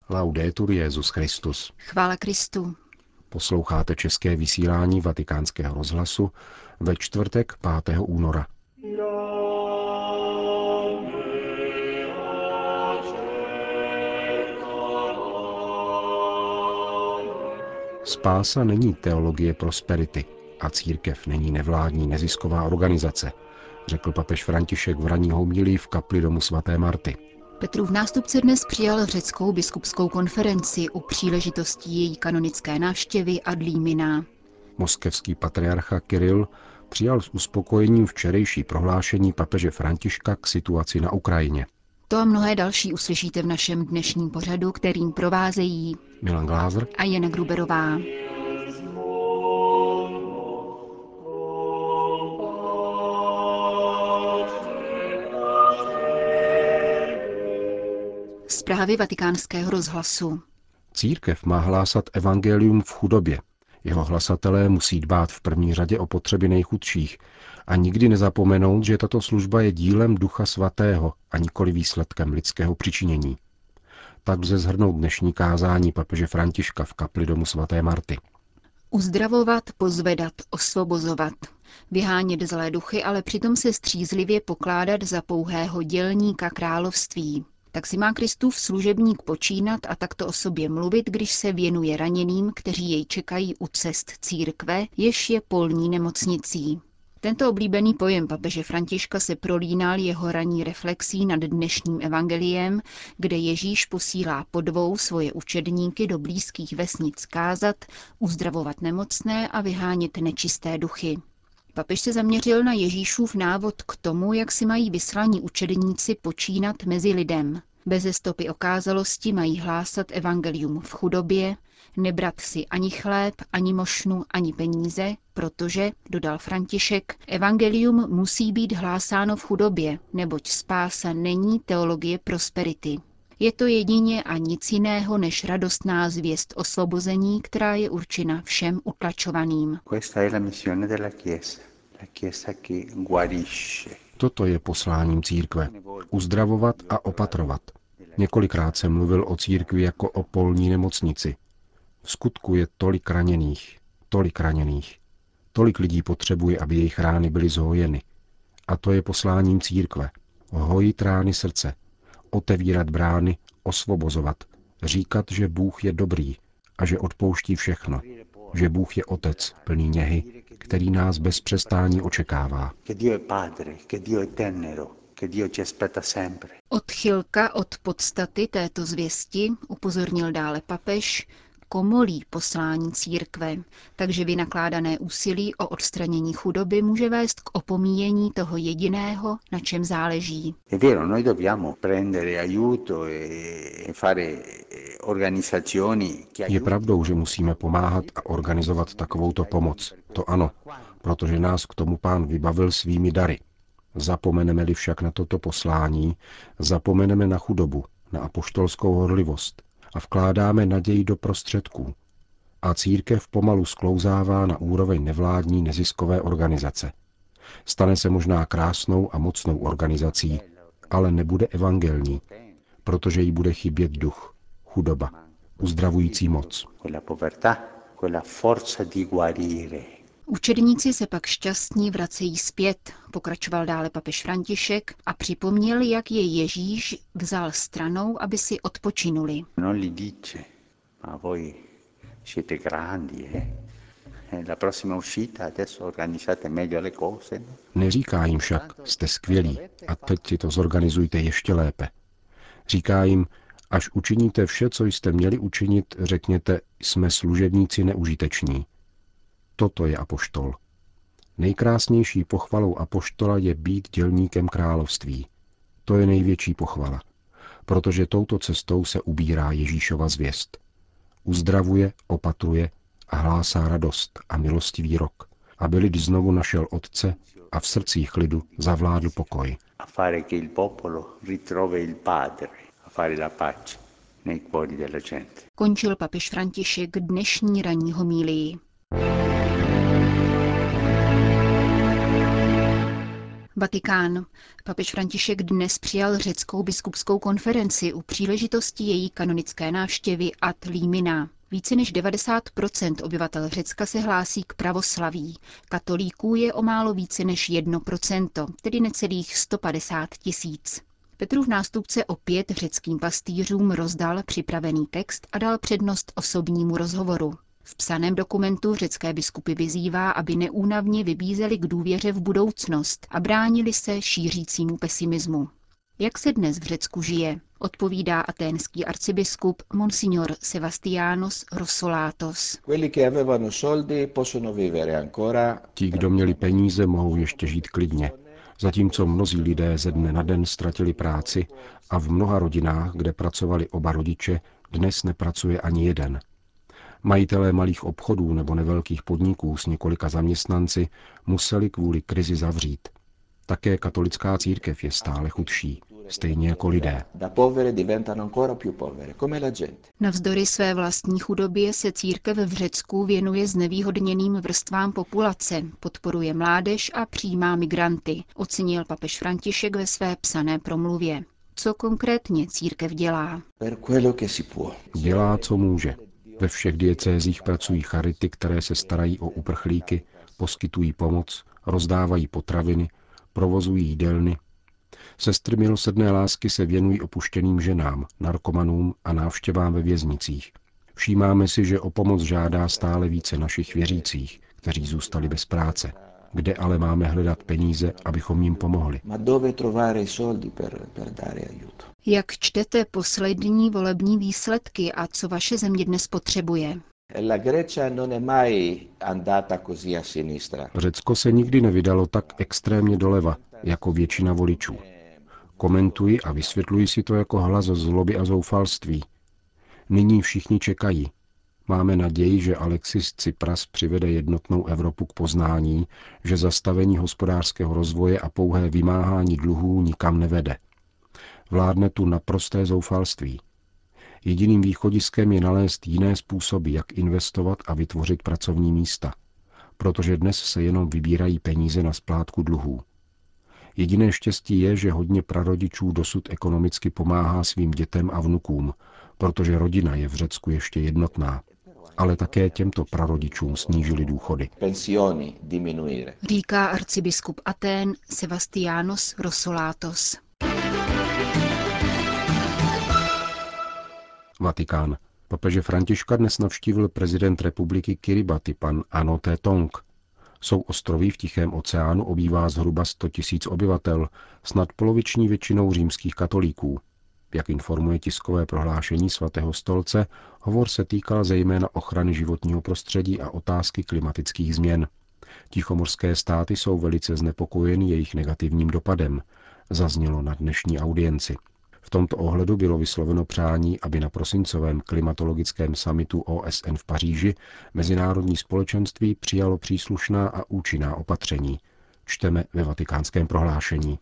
Laudetur Jesus Christus. Chvála Kristu. Posloucháte české vysílání Vatikánského rozhlasu ve čtvrtek 5. února. Spása není teologie prosperity a církev není nevládní nezisková organizace, řekl papež František v ranní homilii v kapli domu svaté Marty. Petrův nástupce dnes přijal řeckou biskupskou konferenci u příležitosti její kanonické návštěvy ad limina. Moskevský patriarcha Kiril přijal s uspokojením včerejší prohlášení papeže Františka k situaci na Ukrajině. To a mnohé další uslyšíte v našem dnešním pořadu, kterým provázejí Milan Glázer a Jana Gruberová. Zprávy Vatikánského rozhlasu. Církev má hlásat evangelium v chudobě. Jeho hlasatelé musí dbát v první řadě o potřeby nejchudších a nikdy nezapomenout, že tato služba je dílem Ducha Svatého a nikoli výsledkem lidského přičinění. Tak lze shrnout dnešní kázání papeže Františka v kapli domu svaté Marty. Uzdravovat, pozvedat, osvobozovat. Vyhánět zlé duchy, ale přitom se střízlivě pokládat za pouhého dělníka království. Tak si má Kristův služebník počínat a takto o sobě mluvit, když se věnuje raněným, kteří jej čekají u cest církve, jež je polní nemocnicí. Tento oblíbený pojem papeže Františka se prolínal jeho ranní reflexí nad dnešním evangeliem, kde Ježíš posílá po dvou svoje učedníky do blízkých vesnic kázat, uzdravovat nemocné a vyhánět nečisté duchy. Papež se zaměřil na Ježíšův návod k tomu, jak si mají vyslaní učedníci počínat mezi lidem. Beze stopy okázalosti mají hlásat evangelium v chudobě, nebrat si ani chléb, ani mošnu, ani peníze, protože, dodal František, evangelium musí být hlásáno v chudobě, neboť spása není teologie prosperity. Je to jedině a nic jiného než radostná zvěst osvobození, která je určena všem utlačovaným. Toto je posláním církve. Uzdravovat a opatrovat. Několikrát jsem mluvil o církvi jako o polní nemocnici. V skutku je tolik raněných. Tolik lidí potřebuje, aby jejich rány byly zhojeny. A to je posláním církve. Hojit rány srdce. Otevírat brány, osvobozovat. Říkat, že Bůh je dobrý a že odpouští všechno. Že Bůh je Otec, plný něhy, který nás bez přestání očekává. Odchylka od podstaty této zvěsti, upozornil dále papež, komolí poslání církve, takže vynakládané úsilí o odstranění chudoby může vést k opomíjení toho jediného, na čem záleží. Je pravdou, že musíme pomáhat a organizovat takovouto pomoc. To ano, protože nás k tomu Pán vybavil svými dary. Zapomeneme-li však na toto poslání, zapomeneme na chudobu, na apoštolskou horlivost a vkládáme naději do prostředků. A církev pomalu sklouzává na úroveň nevládní neziskové organizace. Stane se možná krásnou a mocnou organizací, ale nebude evangelní, protože jí bude chybět duch, chudoba, uzdravující moc. Učedníci se pak šťastní vracejí zpět, pokračoval dále papež František a připomněl, jak je Ježíš vzal stranou, aby si odpočinuli. Neříká jim však, jste skvělí a teď si to zorganizujte ještě lépe. Říká jim, až učiníte vše, co jste měli učinit, řekněte, jsme služebníci neužiteční. Toto je apoštol. Nejkrásnější pochvalou apoštola je být dělníkem království. To je největší pochvala, protože touto cestou se ubírá Ježíšova zvěst. Uzdravuje, opatruje a hlásá radost a milostivý rok, aby lid znovu našel Otce a v srdcích lidu zavládl pokoj. Končil papež František dnešní ranní homilii. Vatikán. Papež František dnes přijal řeckou biskupskou konferenci u příležitosti její kanonické návštěvy ad limina. Více než 90% obyvatel Řecka se hlásí k pravoslaví. Katolíků je o málo více než 1%, tedy necelých 150 000. Petrův nástupce opět řeckým pastýřům rozdal připravený text a dal přednost osobnímu rozhovoru. V psaném dokumentu řecké biskupy vyzývá, aby neúnavně vybízeli k důvěře v budoucnost a bránili se šířícímu pesimismu. Jak se dnes v Řecku žije, odpovídá aténský arcibiskup Monsignor Sevastianos Rossolatos. Ti, kdo měli peníze, mohou ještě žít klidně, zatímco mnozí lidé ze dne na den ztratili práci a v mnoha rodinách, kde pracovali oba rodiče, dnes nepracuje ani jeden. Majitelé malých obchodů nebo nevelkých podniků s několika zaměstnanci museli kvůli krizi zavřít. Také katolická církev je stále chudší, stejně jako lidé. Navzdory své vlastní chudobě se církev v Řecku věnuje znevýhodněným vrstvám populace, podporuje mládež a přijímá migranty, ocenil papež František ve své psané promluvě. Co konkrétně církev dělá? Dělá, co může. Ve všech diecézích pracují charity, které se starají o uprchlíky, poskytují pomoc, rozdávají potraviny, provozují jídelny. Sestry milosrdné lásky se věnují opuštěným ženám, narkomanům a návštěvám ve věznicích. Všímáme si, že o pomoc žádá stále více našich věřících, kteří zůstali bez práce. Kde ale máme hledat peníze, abychom jim pomohli? Jak čtete poslední volební výsledky a co vaše země dnes potřebuje? Řecko se nikdy nevydalo tak extrémně doleva, jako většina voličů. Komentuji a vysvětluji si to jako hlas zloby a zoufalství. Nyní všichni čekají. Máme naději, že Alexis Tsipras přivede jednotnou Evropu k poznání, že zastavení hospodářského rozvoje a pouhé vymáhání dluhů nikam nevede. Vládne tu naprosté zoufalství. Jediným východiskem je nalézt jiné způsoby, jak investovat a vytvořit pracovní místa, protože dnes se jenom vybírají peníze na splátku dluhů. Jediné štěstí je, že hodně prarodičů dosud ekonomicky pomáhá svým dětem a vnukům, protože rodina je v Řecku ještě jednotná. Ale také těmto prarodičům snížili důchody. Říká arcibiskup Atén Sevastianos Rossolatos. Vatikán. Papeže Františka dnes navštívil prezident republiky Kiribati, pan Anote Tong. Souostroví v Tichém oceánu obývá zhruba 100 000 obyvatel, s nadpoloviční většinou římských katolíků. Jak informuje tiskové prohlášení svatého stolce, hovor se týkal zejména ochrany životního prostředí a otázky klimatických změn. Tichomorské státy jsou velice znepokojeny jejich negativním dopadem, zaznělo na dnešní audienci. V tomto ohledu bylo vysloveno přání, aby na prosincovém klimatologickém summitu OSN v Paříži mezinárodní společenství přijalo příslušná a účinná opatření. Čteme ve vatikánském prohlášení.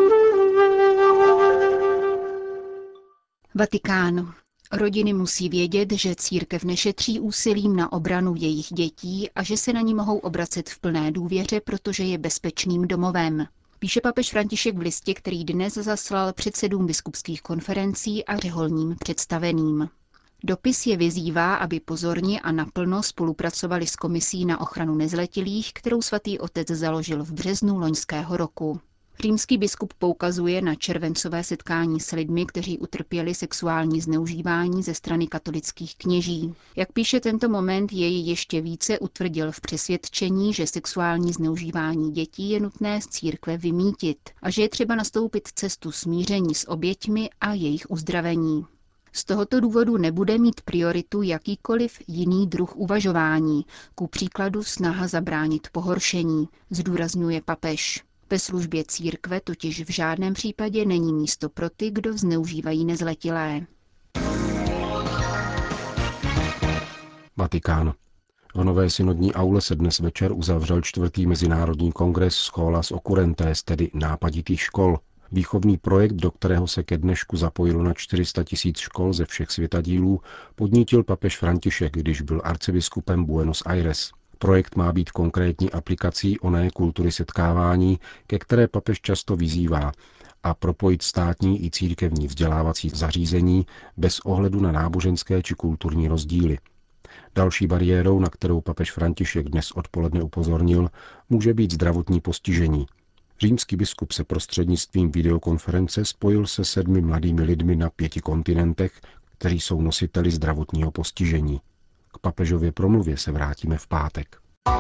Vatikán. Rodiny musí vědět, že církev nešetří úsilím na obranu jejich dětí a že se na ní mohou obracet v plné důvěře, protože je bezpečným domovem. Píše papež František v listě, který dnes zaslal předsedům biskupských konferencí a řeholním představeným. Dopis je vyzývá, aby pozorně a naplno spolupracovali s Komisí na ochranu nezletilých, kterou svatý otec založil v březnu loňského roku. Římský biskup poukazuje na červencové setkání s lidmi, kteří utrpěli sexuální zneužívání ze strany katolických kněží. Jak píše, tento moment jej ještě více utvrdil v přesvědčení, že sexuální zneužívání dětí je nutné z církve vymýtit a že je třeba nastoupit cestu smíření s oběťmi a jejich uzdravení. Z tohoto důvodu nebude mít prioritu jakýkoliv jiný druh uvažování, ku příkladu snaha zabránit pohoršení, zdůrazňuje papež. Ve službě církve totiž v žádném případě není místo pro ty, kdo zneužívají nezletilé. Vatikán. V nové synodní aule se dnes večer uzavřel 4. mezinárodní kongres Scholas Occurrentes, tedy nápaditých škol. Výchovný projekt, do kterého se ke dnešku zapojilo na 400 000 škol ze všech světadílů, podnítil papež František, když byl arcibiskupem Buenos Aires. Projekt má být konkrétní aplikací oné kultury setkávání, ke které papež často vyzývá, a propojit státní i církevní vzdělávací zařízení bez ohledu na náboženské či kulturní rozdíly. Další bariérou, na kterou papež František dnes odpoledne upozornil, může být zdravotní postižení. Římský biskup se prostřednictvím videokonference spojil se 7 mladými lidmi na 5 kontinentech, kteří jsou nositeli zdravotního postižení. K papežově promluvě se vrátíme v pátek.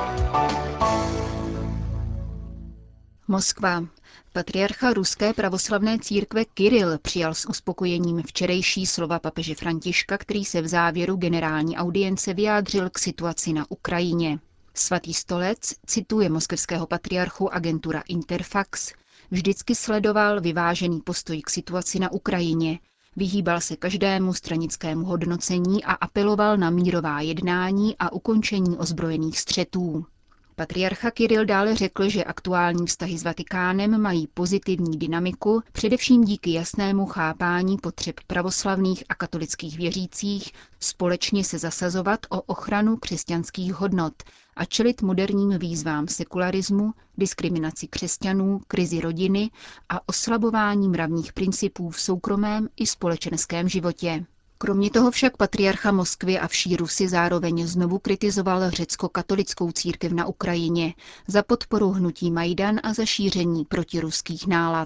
Moskva. Patriarcha Ruské pravoslavné církve Kiril přijal s uspokojením včerejší slova papeže Františka, který se v závěru generální audience vyjádřil k situaci na Ukrajině. Svatý stolec, cituje moskevského patriarchu agentura Interfax, vždycky sledoval vyvážený postoj k situaci na Ukrajině, vyhýbal se každému stranickému hodnocení a apeloval na mírová jednání a ukončení ozbrojených střetů. Patriarcha Kiril dále řekl, že aktuální vztahy s Vatikánem mají pozitivní dynamiku, především díky jasnému chápání potřeb pravoslavných a katolických věřících společně se zasazovat o ochranu křesťanských hodnot a čelit moderním výzvám sekularismu, diskriminaci křesťanů, krizi rodiny a oslabování mravních principů v soukromém i společenském životě. Kromě toho však patriarcha Moskvy a vší Rusy zároveň znovu kritizoval řecko-katolickou církev na Ukrajině za podporu hnutí Majdan a za šíření protiruských nálad.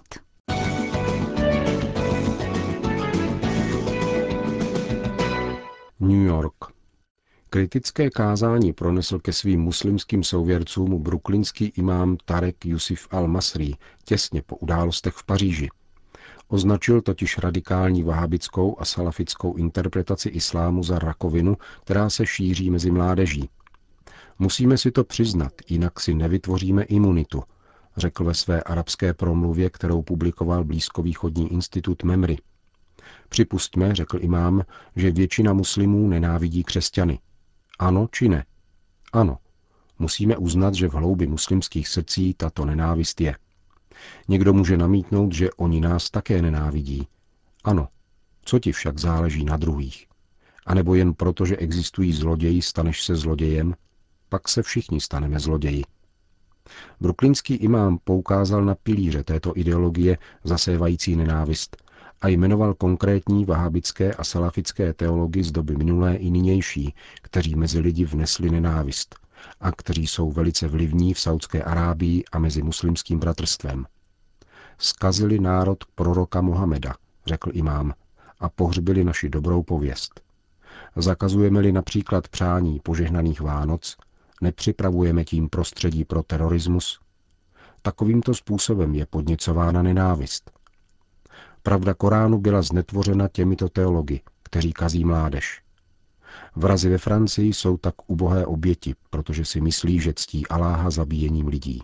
New York. Kritické kázání pronesl ke svým muslimským souvěrcům brooklynský imám Tarek Yusuf al-Masri těsně po událostech v Paříži. Označil totiž radikální vahabickou a salafickou interpretaci islámu za rakovinu, která se šíří mezi mládeží. Musíme si to přiznat, jinak si nevytvoříme imunitu, řekl ve své arabské promluvě, kterou publikoval blízkovýchodní institut Memry. Připustme, řekl imám, že většina muslimů nenávidí křesťany. Ano či ne? Ano. Musíme uznat, že v hloubi muslimských srdcí tato nenávist je. Někdo může namítnout, že oni nás také nenávidí. Ano. Co ti však záleží na druhých? A nebo jen proto, že existují zloději, staneš se zlodějem? Pak se všichni staneme zloději. Brooklynský imám poukázal na pilíře této ideologie zasévající nenávist a jmenoval konkrétní vahabické a salafické teology z doby minulé i nynější, kteří mezi lidi vnesli nenávist a kteří jsou velice vlivní v Saudské Arábii a mezi muslimským bratrstvem. Zkazili národ proroka Mohameda, řekl imám, a pohřbili naši dobrou pověst. Zakazujeme-li například přání požehnaných Vánoc, nepřipravujeme tím prostředí pro terorismus? Takovýmto způsobem je podněcována nenávist. Pravda Koránu byla znetvořena těmito teology, kteří kazí mládež. Vrazi ve Francii jsou tak ubohé oběti, protože si myslí, že ctí Aláha zabíjením lidí.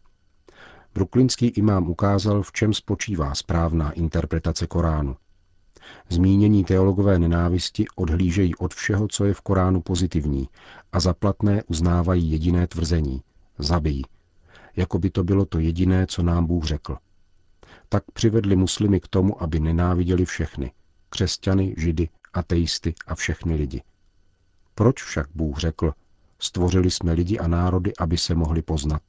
Brooklynský imám ukázal, v čem spočívá správná interpretace Koránu. Zmínění teologové nenávisti odhlížejí od všeho, co je v Koránu pozitivní, a za platné uznávají jediné tvrzení – zabij. Jako by to bylo to jediné, co nám Bůh řekl. Tak přivedli muslimy k tomu, aby nenáviděli všechny – křesťany, židy, ateisty a všechny lidi. Proč však Bůh řekl, stvořili jsme lidi a národy, aby se mohli poznat?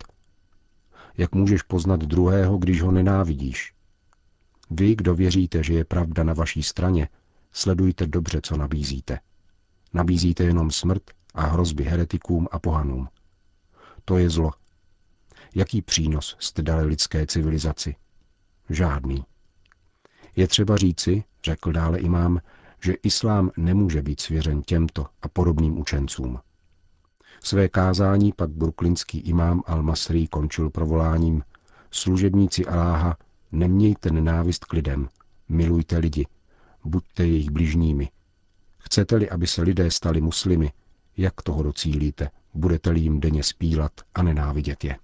Jak můžeš poznat druhého, když ho nenávidíš? Vy, kdo věříte, že je pravda na vaší straně, sledujte dobře, co nabízíte. Nabízíte jenom smrt a hrozby heretikům a pohanům. To je zlo. Jaký přínos jste dali lidské civilizaci? Žádný. Je třeba říci, řekl dále imám, že islám nemůže být svěřen těmto a podobným učencům. Své kázání pak brooklynský imám al-Masri končil provoláním: služebníci Aláha, nemějte nenávist k lidem, milujte lidi, buďte jejich bližními. Chcete-li, aby se lidé stali muslimy, jak toho docílíte, budete-li jim denně spílat a nenávidět je.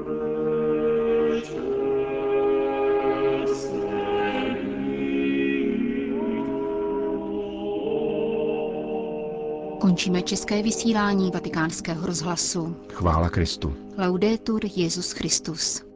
Končíme české vysílání Vatikánského rozhlasu. Chvála Kristu. Laudetur Jesus Christus.